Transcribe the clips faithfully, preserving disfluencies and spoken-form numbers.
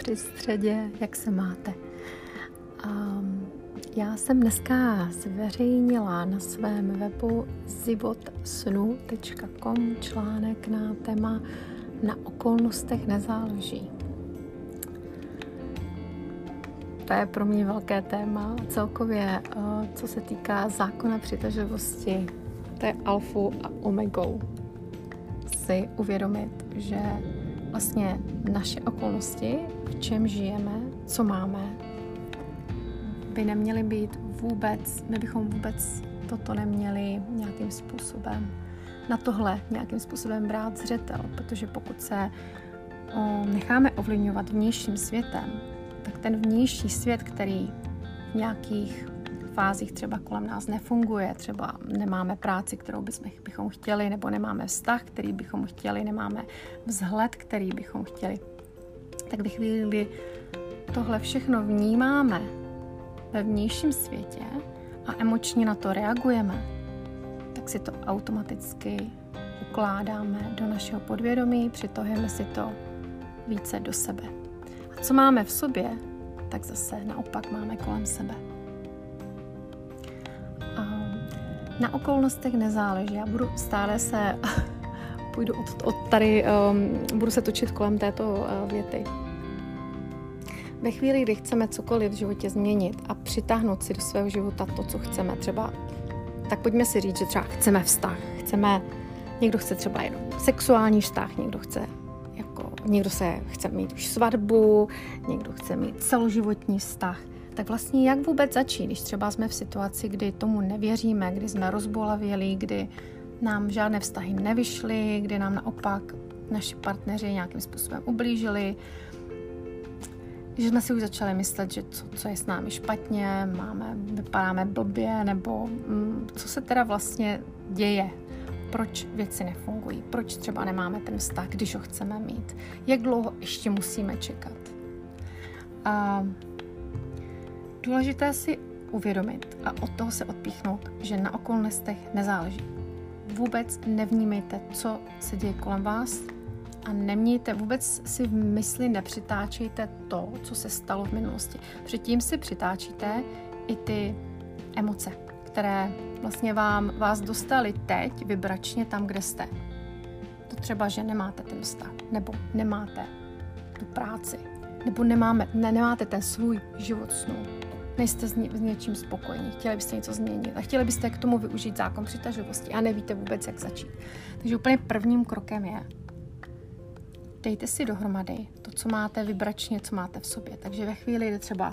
při středě, jak se máte? Um, já jsem dneska zveřejnila na svém webu zivot snu tečka com článek na téma Na okolnostech nezáleží. To je pro mě velké téma. Celkově, co se týká zákona přitažlivosti, to je alfou a omegou. Si uvědomit, že vlastně naše okolnosti, v čem žijeme, co máme, by neměly být vůbec, my bychom vůbec toto neměli nějakým způsobem, na tohle nějakým způsobem brát zřetel, protože pokud se o, necháme ovlivňovat vnějším světem, tak ten vnější svět, který v nějakých fázích třeba kolem nás nefunguje, třeba nemáme práci, kterou bychom chtěli, nebo nemáme vztah, který bychom chtěli, nemáme vzhled, který bychom chtěli, tak ve chvíli, kdy tohle všechno vnímáme ve vnějším světě a emočně na to reagujeme, tak si to automaticky ukládáme do našeho podvědomí, přitahujeme si to více do sebe. A co máme v sobě, tak zase naopak máme kolem sebe. A na okolnostech nezáleží. Já budu stále se, půjdu od, od tady, um, budu se točit kolem této uh, věty. Ve chvíli, kdy chceme cokoliv v životě změnit a přitáhnout si do svého života to, co chceme, třeba, tak pojďme si říct, že třeba chceme vztah, chceme, někdo chce třeba jenom sexuální vztah, někdo chce jako, někdo se chce mít už svatbu, někdo chce mít celoživotní vztah. Tak vlastně jak vůbec začít, když třeba jsme v situaci, kdy tomu nevěříme, kdy jsme rozbolavěli, kdy nám žádné vztahy nevyšly, kdy nám naopak naši partneři nějakým způsobem ublížili, že jsme si už začali myslet, že co, co je s námi špatně, máme, vypadáme blbě, nebo mm, co se teda vlastně děje, proč věci nefungují, proč třeba nemáme ten vztah, když ho chceme mít, jak dlouho ještě musíme čekat. A důležité si uvědomit a od toho se odpíchnout, že na okolnostech nezáleží. Vůbec nevnímejte, co se děje kolem vás, a nemějte, vůbec si v mysli nepřitáčejte to, co se stalo v minulosti. Předtím si přitáčíte i ty emoce, které vlastně vám, vás dostaly teď vibračně tam, kde jste. To třeba, že nemáte ten vztah, nebo nemáte tu práci, nebo nemáme, ne, nemáte ten svůj život snů. Nejste s, ně, s něčím spokojení, chtěli byste něco změnit a chtěli byste k tomu využít zákon přitažlivosti a nevíte vůbec, jak začít. Takže úplně prvním krokem je dejte si dohromady to, co máte vibračně, co máte v sobě. Takže ve chvíli, kdy třeba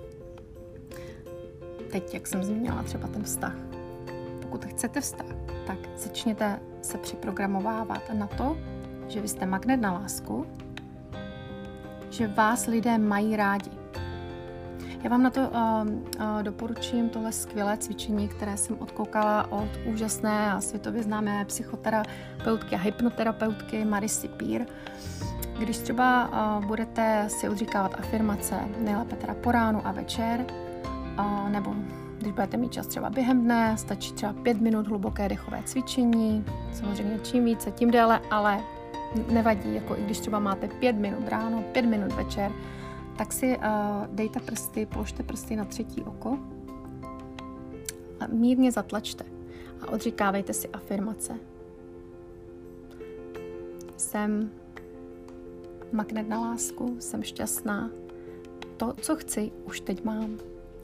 teď, jak jsem zmínila, třeba ten vztah. Pokud chcete vztah, tak začněte se připrogramovávat na to, že vy jste magnet na lásku, že vás lidé mají rádi. Já vám na to uh, uh, doporučím tohle skvělé cvičení, které jsem odkoukala od úžasné a světově známé psychoterapeutky a hypnoterapeutky Marisy Peer. Když třeba uh, budete si odříkávat afirmace, nejlépe teda po ránu a večer, uh, nebo když budete mít čas třeba během dne, stačí třeba pět minut hluboké dechové cvičení, samozřejmě čím více, tím déle, ale nevadí, jako i když třeba máte pět minut ráno, pět minut večer, tak si uh, dejte prsty, položte prsty na třetí oko a mírně zatlačte a odříkávejte si afirmace. Jsem magnet na lásku, jsem šťastná. To, co chci, už teď mám.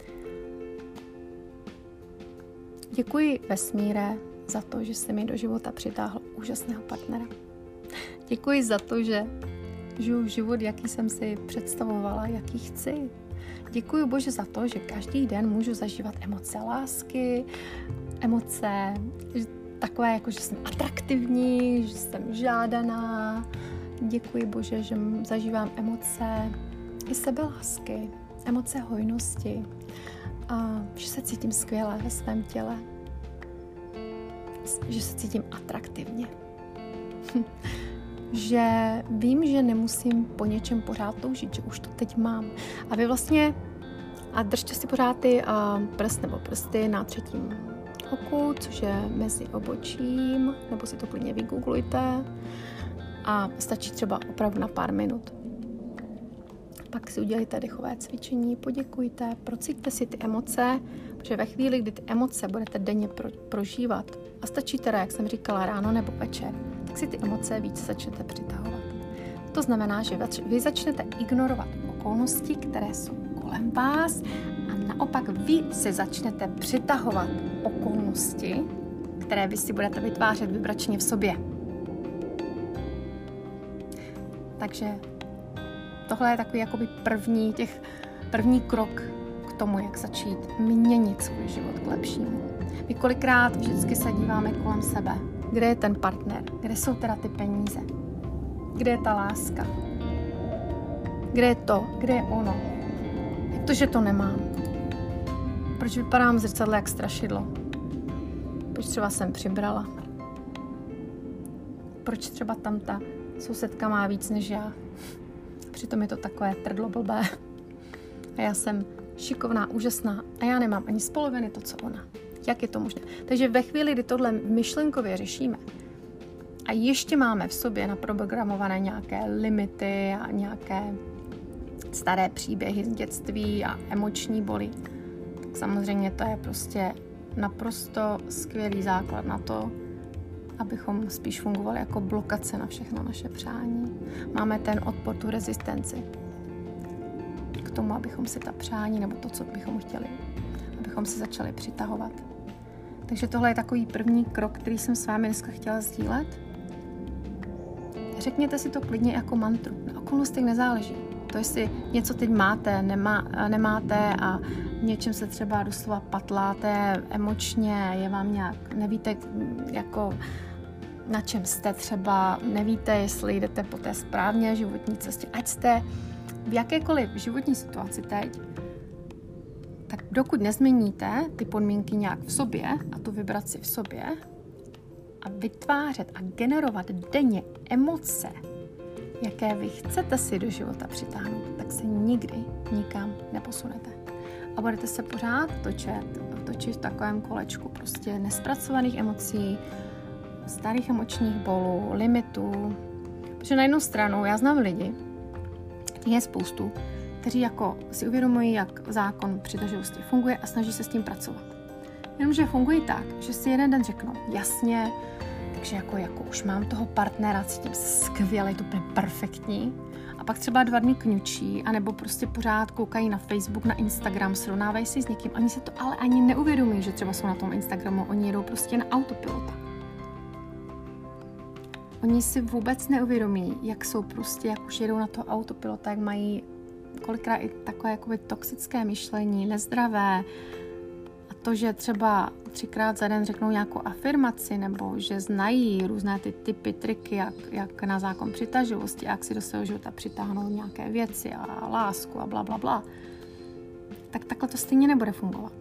Děkuji vesmíre za to, že jsi mi do života přitáhl úžasného partnera. Děkuji za to, že žiju život, jaký jsem si představovala, jaký chci. Děkuji Bože za to, že každý den můžu zažívat emoce lásky, emoce takové, jako že jsem atraktivní, že jsem žádaná. Děkuji Bože, že zažívám emoce i sebelásky, emoce hojnosti a že se cítím skvěle ve svém těle, že se cítím atraktivně. Že vím, že nemusím po něčem pořád toužit, že už to teď mám. A vy vlastně, a držte si pořád ty uh, prst nebo prsty na třetím oku, což je mezi obočím, nebo si to klidně vygooglujte a stačí třeba opravdu na pár minut. Pak si udělejte dechové cvičení, poděkujte, procíťte si ty emoce, protože ve chvíli, kdy ty emoce budete denně pro, prožívat, a stačí teda, jak jsem říkala, ráno nebo večer, tak si ty emoce víc začnete přitahovat. To znamená, že vy začnete ignorovat okolnosti, které jsou kolem vás, a naopak vy si začnete přitahovat okolnosti, které vy si budete vytvářet vibračně v sobě. Takže tohle je takový jakoby první, těch, první krok k tomu, jak začít měnit svůj život k lepšímu. My kolikrát vždycky se díváme kolem sebe. Kde je ten partner? Kde jsou teda ty peníze? Kde je ta láska? Kde je to? Kde je ono? Jak to, že to nemám? Proč vypadám v zrcadle jak strašidlo? Proč třeba jsem přibrala? Proč třeba tam ta sousedka má víc než já? Přitom je to takové trdlo blbé. A já jsem šikovná, úžasná a já nemám ani z poloviny to, co ona. Jak je to možné? Takže ve chvíli, kdy tohle myšlenkově řešíme a ještě máme v sobě naprogramované nějaké limity a nějaké staré příběhy z dětství a emoční boli, tak samozřejmě to je prostě naprosto skvělý základ na to, abychom spíš fungovali jako blokace na všechno naše přání. Máme ten odpor, tu rezistenci k tomu, abychom si ta přání nebo to, co bychom chtěli, abychom si začali přitahovat. Takže tohle je takový první krok, který jsem s vámi dneska chtěla sdílet. Řekněte si to klidně jako mantru. Na okolnostech nezáleží. To, jestli něco teď máte, nemá, nemáte a něčem se třeba doslova patláte emočně, je vám nějak, nevíte, jako na čem jste třeba, nevíte, jestli jdete po té správné životní cestě, ať jste v jakékoliv životní situaci teď, tak dokud nezměníte ty podmínky nějak v sobě a tu vibraci v sobě a vytvářet a generovat denně emoce, jaké vy chcete si do života přitáhnout, tak se nikdy nikam neposunete. A budete se pořád točit, točit v takovém kolečku prostě nespracovaných emocí, starých emočních bolů, limitů. Protože na jednu stranu já znám lidi, je spoustu, kteří jako si uvědomují, jak zákon přitažlivosti funguje a snaží se s tím pracovat. Jenomže fungují tak, že si jeden den řeknou, jasně, takže jako, jako už mám toho partnera, cítím se skvěle, to úplně perfektní. A pak třeba dva dny kňučí, anebo prostě pořád koukají na Facebook, na Instagram, srovnávají si s někým. Oni se to ale ani neuvědomují, že třeba jsou na tom Instagramu, oni jedou prostě na autopilota. Oni si vůbec neuvědomí, jak jsou prostě, jak už jedou na to autopilota, jak mají kolikrát i takové jakoby toxické myšlení, nezdravé. A to, že třeba třikrát za den řeknou nějakou afirmaci, nebo že znají různé ty typy, triky, jak, jak na zákon přitažlivosti, jak si do svého života přitáhnout nějaké věci a lásku a bla, bla, bla, tak takhle to stejně nebude fungovat.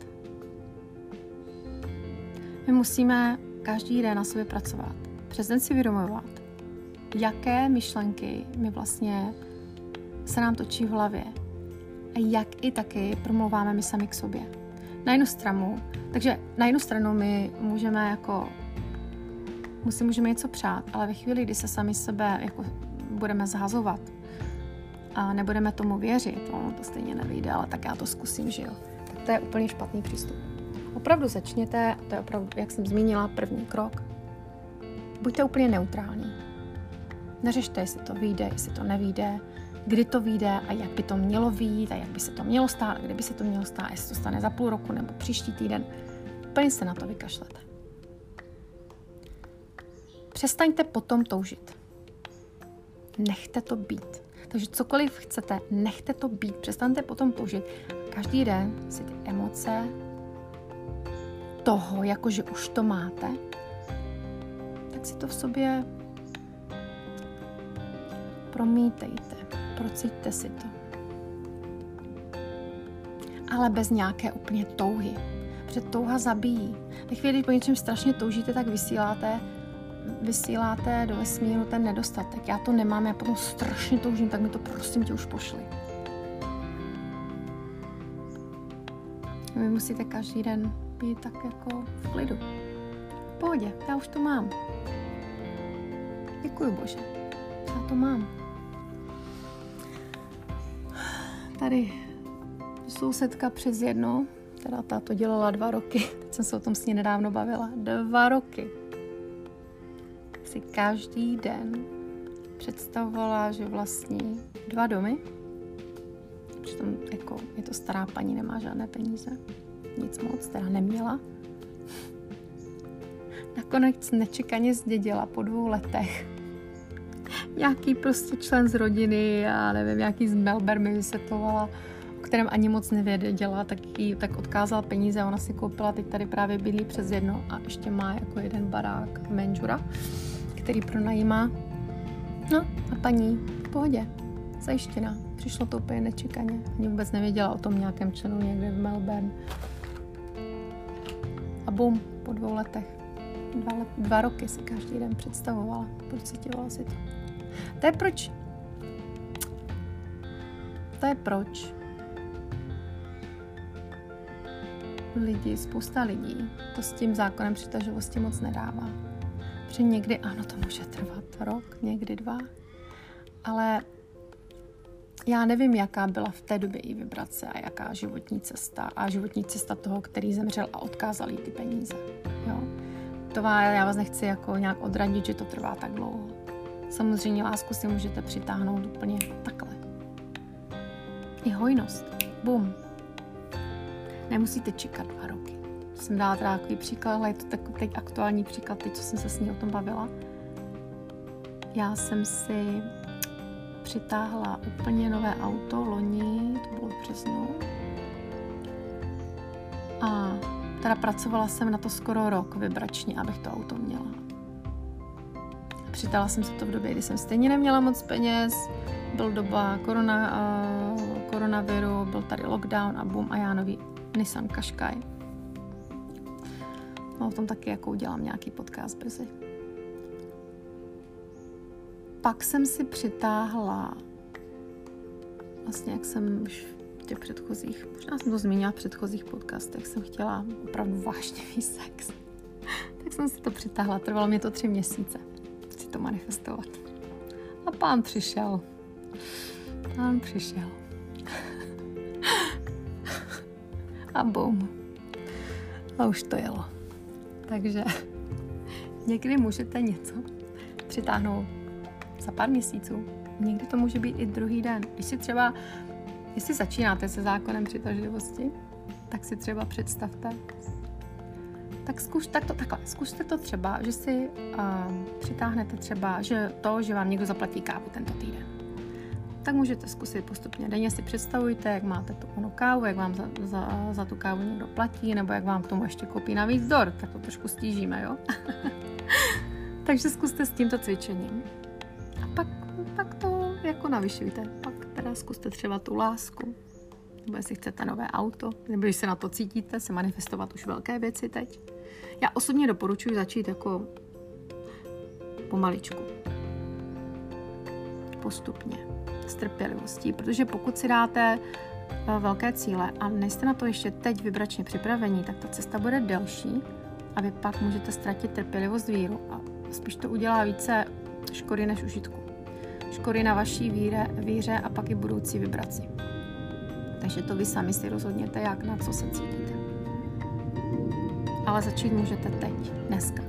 My musíme každý den na sobě pracovat. Přes den si uvědomovat, jaké myšlenky my vlastně se nám točí v hlavě a jak i taky promlouváme my sami k sobě. Na jednu stranu, takže na jednu stranu my můžeme jako, my si můžeme něco přát, ale ve chvíli, kdy se sami sebe jako budeme zhazovat a nebudeme tomu věřit, ono to stejně nevyjde, ale tak já to zkusím, že jo. Tak to je úplně špatný přístup. Opravdu začněte, a to je opravdu, jak jsem zmínila, první krok. Buďte úplně neutrální. Neřešte, jestli to vyjde, jestli to nevyjde, kdy to vyjde a jak by to mělo vyjít a jak by se to mělo stát a kdy by se to mělo stát, jestli to stane za půl roku nebo příští týden. Úplně se na to vykašlete. Přestaňte potom toužit. Nechte to být. Takže cokoliv chcete, nechte to být. Přestaňte potom toužit. Každý den si ty emoce toho, jakože už to máte, tak si to v sobě promítejte, procíťte si to. Ale bez nějaké úplně touhy. Protože touha zabíjí. Ve chvíli, když po něčem strašně toužíte, tak vysíláte, vysíláte do vesmíru ten nedostatek. Já to nemám, já potom strašně toužím, tak mi to prosím tě už pošli. Vy musíte každý den být tak jako v klidu. V pohodě, já už to mám. Děkuju, Bože. Já to mám. tady sousedka přes jedno, teda ta to dělala dva roky, teď jsem se o tom s ní nedávno bavila, dva roky si každý den představovala, že vlastní dva domy, přitom jako je to stará paní, nemá žádné peníze, nic moc, teda neměla. Nakonec nečekaně zdědila po dvou letech. Nějaký prostě člen z rodiny, já nevím, nějaký z Melbourne mi vysvětlovala, o kterém ani moc nevěděla, tak jí tak odkázala peníze a ona si koupila, teď tady právě bydlí přes jedno a ještě má jako jeden barák v Mandurah, který pronajímá. No a paní v pohodě, zajištěná. Přišlo to úplně nečekaně. Ani vůbec nevěděla o tom nějakém členu někde v Melbourne. A bum, po dvou letech. Dva, let, dva roky si každý den představovala. Pocitovala si to. To je proč. To je proč. Lidi, spousta lidí to s tím zákonem přitažlivosti moc nedává. Protože někdy, ano, to může trvat rok, někdy dva, ale já nevím, jaká byla v té době i vibrace a jaká životní cesta a životní cesta toho, který zemřel a odkázal jí ty peníze. Jo? To má, já vás nechci jako nějak odradit, že to trvá tak dlouho. Samozřejmě lásku si můžete přitáhnout úplně takhle. I hojnost. Bum. Nemusíte čekat dva roky. Jsem dala teda takový příklad, ale je to takový teď aktuální příklad, teď, co jsem se s ní o tom bavila. Já jsem si přitáhla úplně nové auto loni, to bylo v březnu. A teda pracovala jsem na to skoro rok vibračně, abych to auto měla. Přitáhla jsem se to v době, kdy jsem stejně neměla moc peněz, byl doba korona, uh, koronaviru, byl tady lockdown a bum a já nový Nissan Qashqai. No, o tom taky jako udělám nějaký podcast brzy. Pak jsem si přitáhla, vlastně jak jsem už v těch předchozích, možná jsem to zmínila v předchozích podcastech, jsem chtěla opravdu vášnivý sex. Tak jsem si to přitáhla, trvalo mě to tři měsíce si to manifestovat. A pán přišel. Pán přišel. A bum. A už to jelo. Takže někdy můžete něco přitáhnout za pár měsíců. Někdy to může být i druhý den. Když si třeba, jestli začínáte se zákonem přitažlivosti, tak si třeba představte, tak zkuš, tak to, takhle, zkuste to třeba, že si uh, přitáhnete třeba, že to, že vám někdo zaplatí kávu tento týden. Tak můžete zkusit postupně. Denně si představujte, jak máte tu onu kávu, jak vám za, za, za tu kávu někdo platí, nebo jak vám k tomu ještě koupí navíc dort, tak to trošku stížíme, jo? Takže zkuste s tímto cvičením. A pak, pak to jako navyšujte. Pak teda zkuste třeba tu lásku, nebo jestli chcete nové auto, nebo když se na to cítíte, se manifestovat už velké věci teď. Já osobně doporučuji začít jako pomaličku. Postupně. S trpělivostí, protože pokud si dáte velké cíle a nejste na to ještě teď vibračně připravení, tak ta cesta bude delší a vy pak můžete ztratit trpělivost, víru a spíš to udělá více škody než užitku. Škody na vaší víře, víře a pak i budoucí vibraci. Takže to vy sami si rozhodněte, jak na co se cítíte. Ale začít můžete teď, dneska.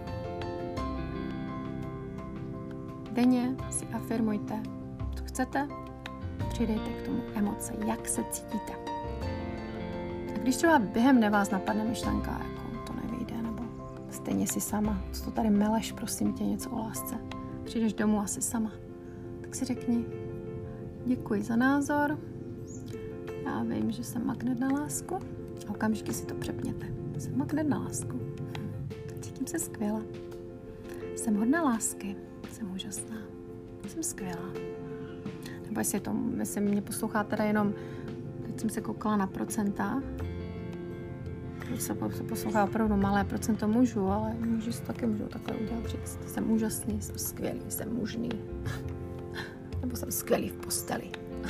Denně si afirmujte, co chcete, přidejte k tomu emoce, jak se cítíte. A když třeba během dne vás napadne myšlenka, jako to nevyjde, nebo stejně si sama, co to tady meleš, prosím tě, něco o lásce, přijdeš domů asi sama, tak si řekni, děkuji za názor, já vím, že jsem magnet na lásku a okamžitě si to přepněte. Jsem magnet na lásku. Cítím se skvěle. Jsem hodná lásky. Jsem úžasná. Jsem skvělá. Nebo jestli, to, jestli mě posloucháte teda jenom, teď jsem se koukala na procenta, teď se poslouchá opravdu malé procento mužů, ale muži si taky můžou takhle udělat říct. Jsem úžasný, jsem skvělý, jsem mužný. Nebo jsem skvělý v posteli.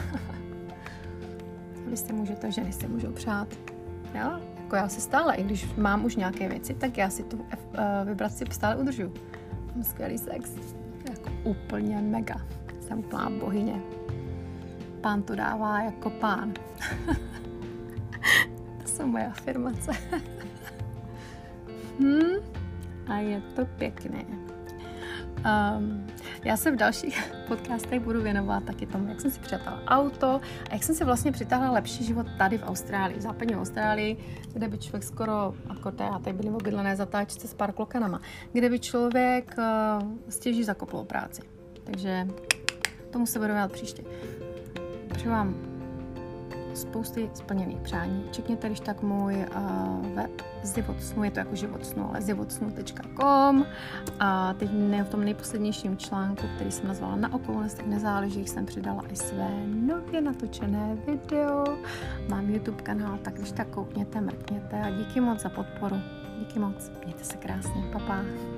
Vy si můžete, ženy si můžou přát. Jo? Jako já si stále, i když mám už nějaké věci, tak já si tu uh, vibraci stále udržuju. Mám skvělý sex. Jako úplně mega. Jsem úplná bohyně. Pán to dává jako pán. To jsou moje afirmace. hmm. A je to pěkné. Um, já se v dalších podcastech budu věnovat taky tomu, jak jsem si přijatala auto a jak jsem si vlastně přitáhla lepší život tady v Austrálii, v západní Austrálii, kde by člověk skoro, jako já tady byli v obydlené zatáčce s pár klokanama, kde by člověk uh, stěží zakoplou práci. Takže tomu se budu věnovat příště. Přeju vám spousty splněných přání. Čekněte když tak můj uh, web Život snu, je to jako život snu, ale životsnu tečka com a teď ne, v tom nejposlednějším článku, který jsem nazvala Na okolnostech nezáleží, jsem přidala i své nově natočené video. Mám YouTube kanál, tak když tak koukněte, mrkněte a díky moc za podporu. Díky moc, mějte se krásně, pa pa.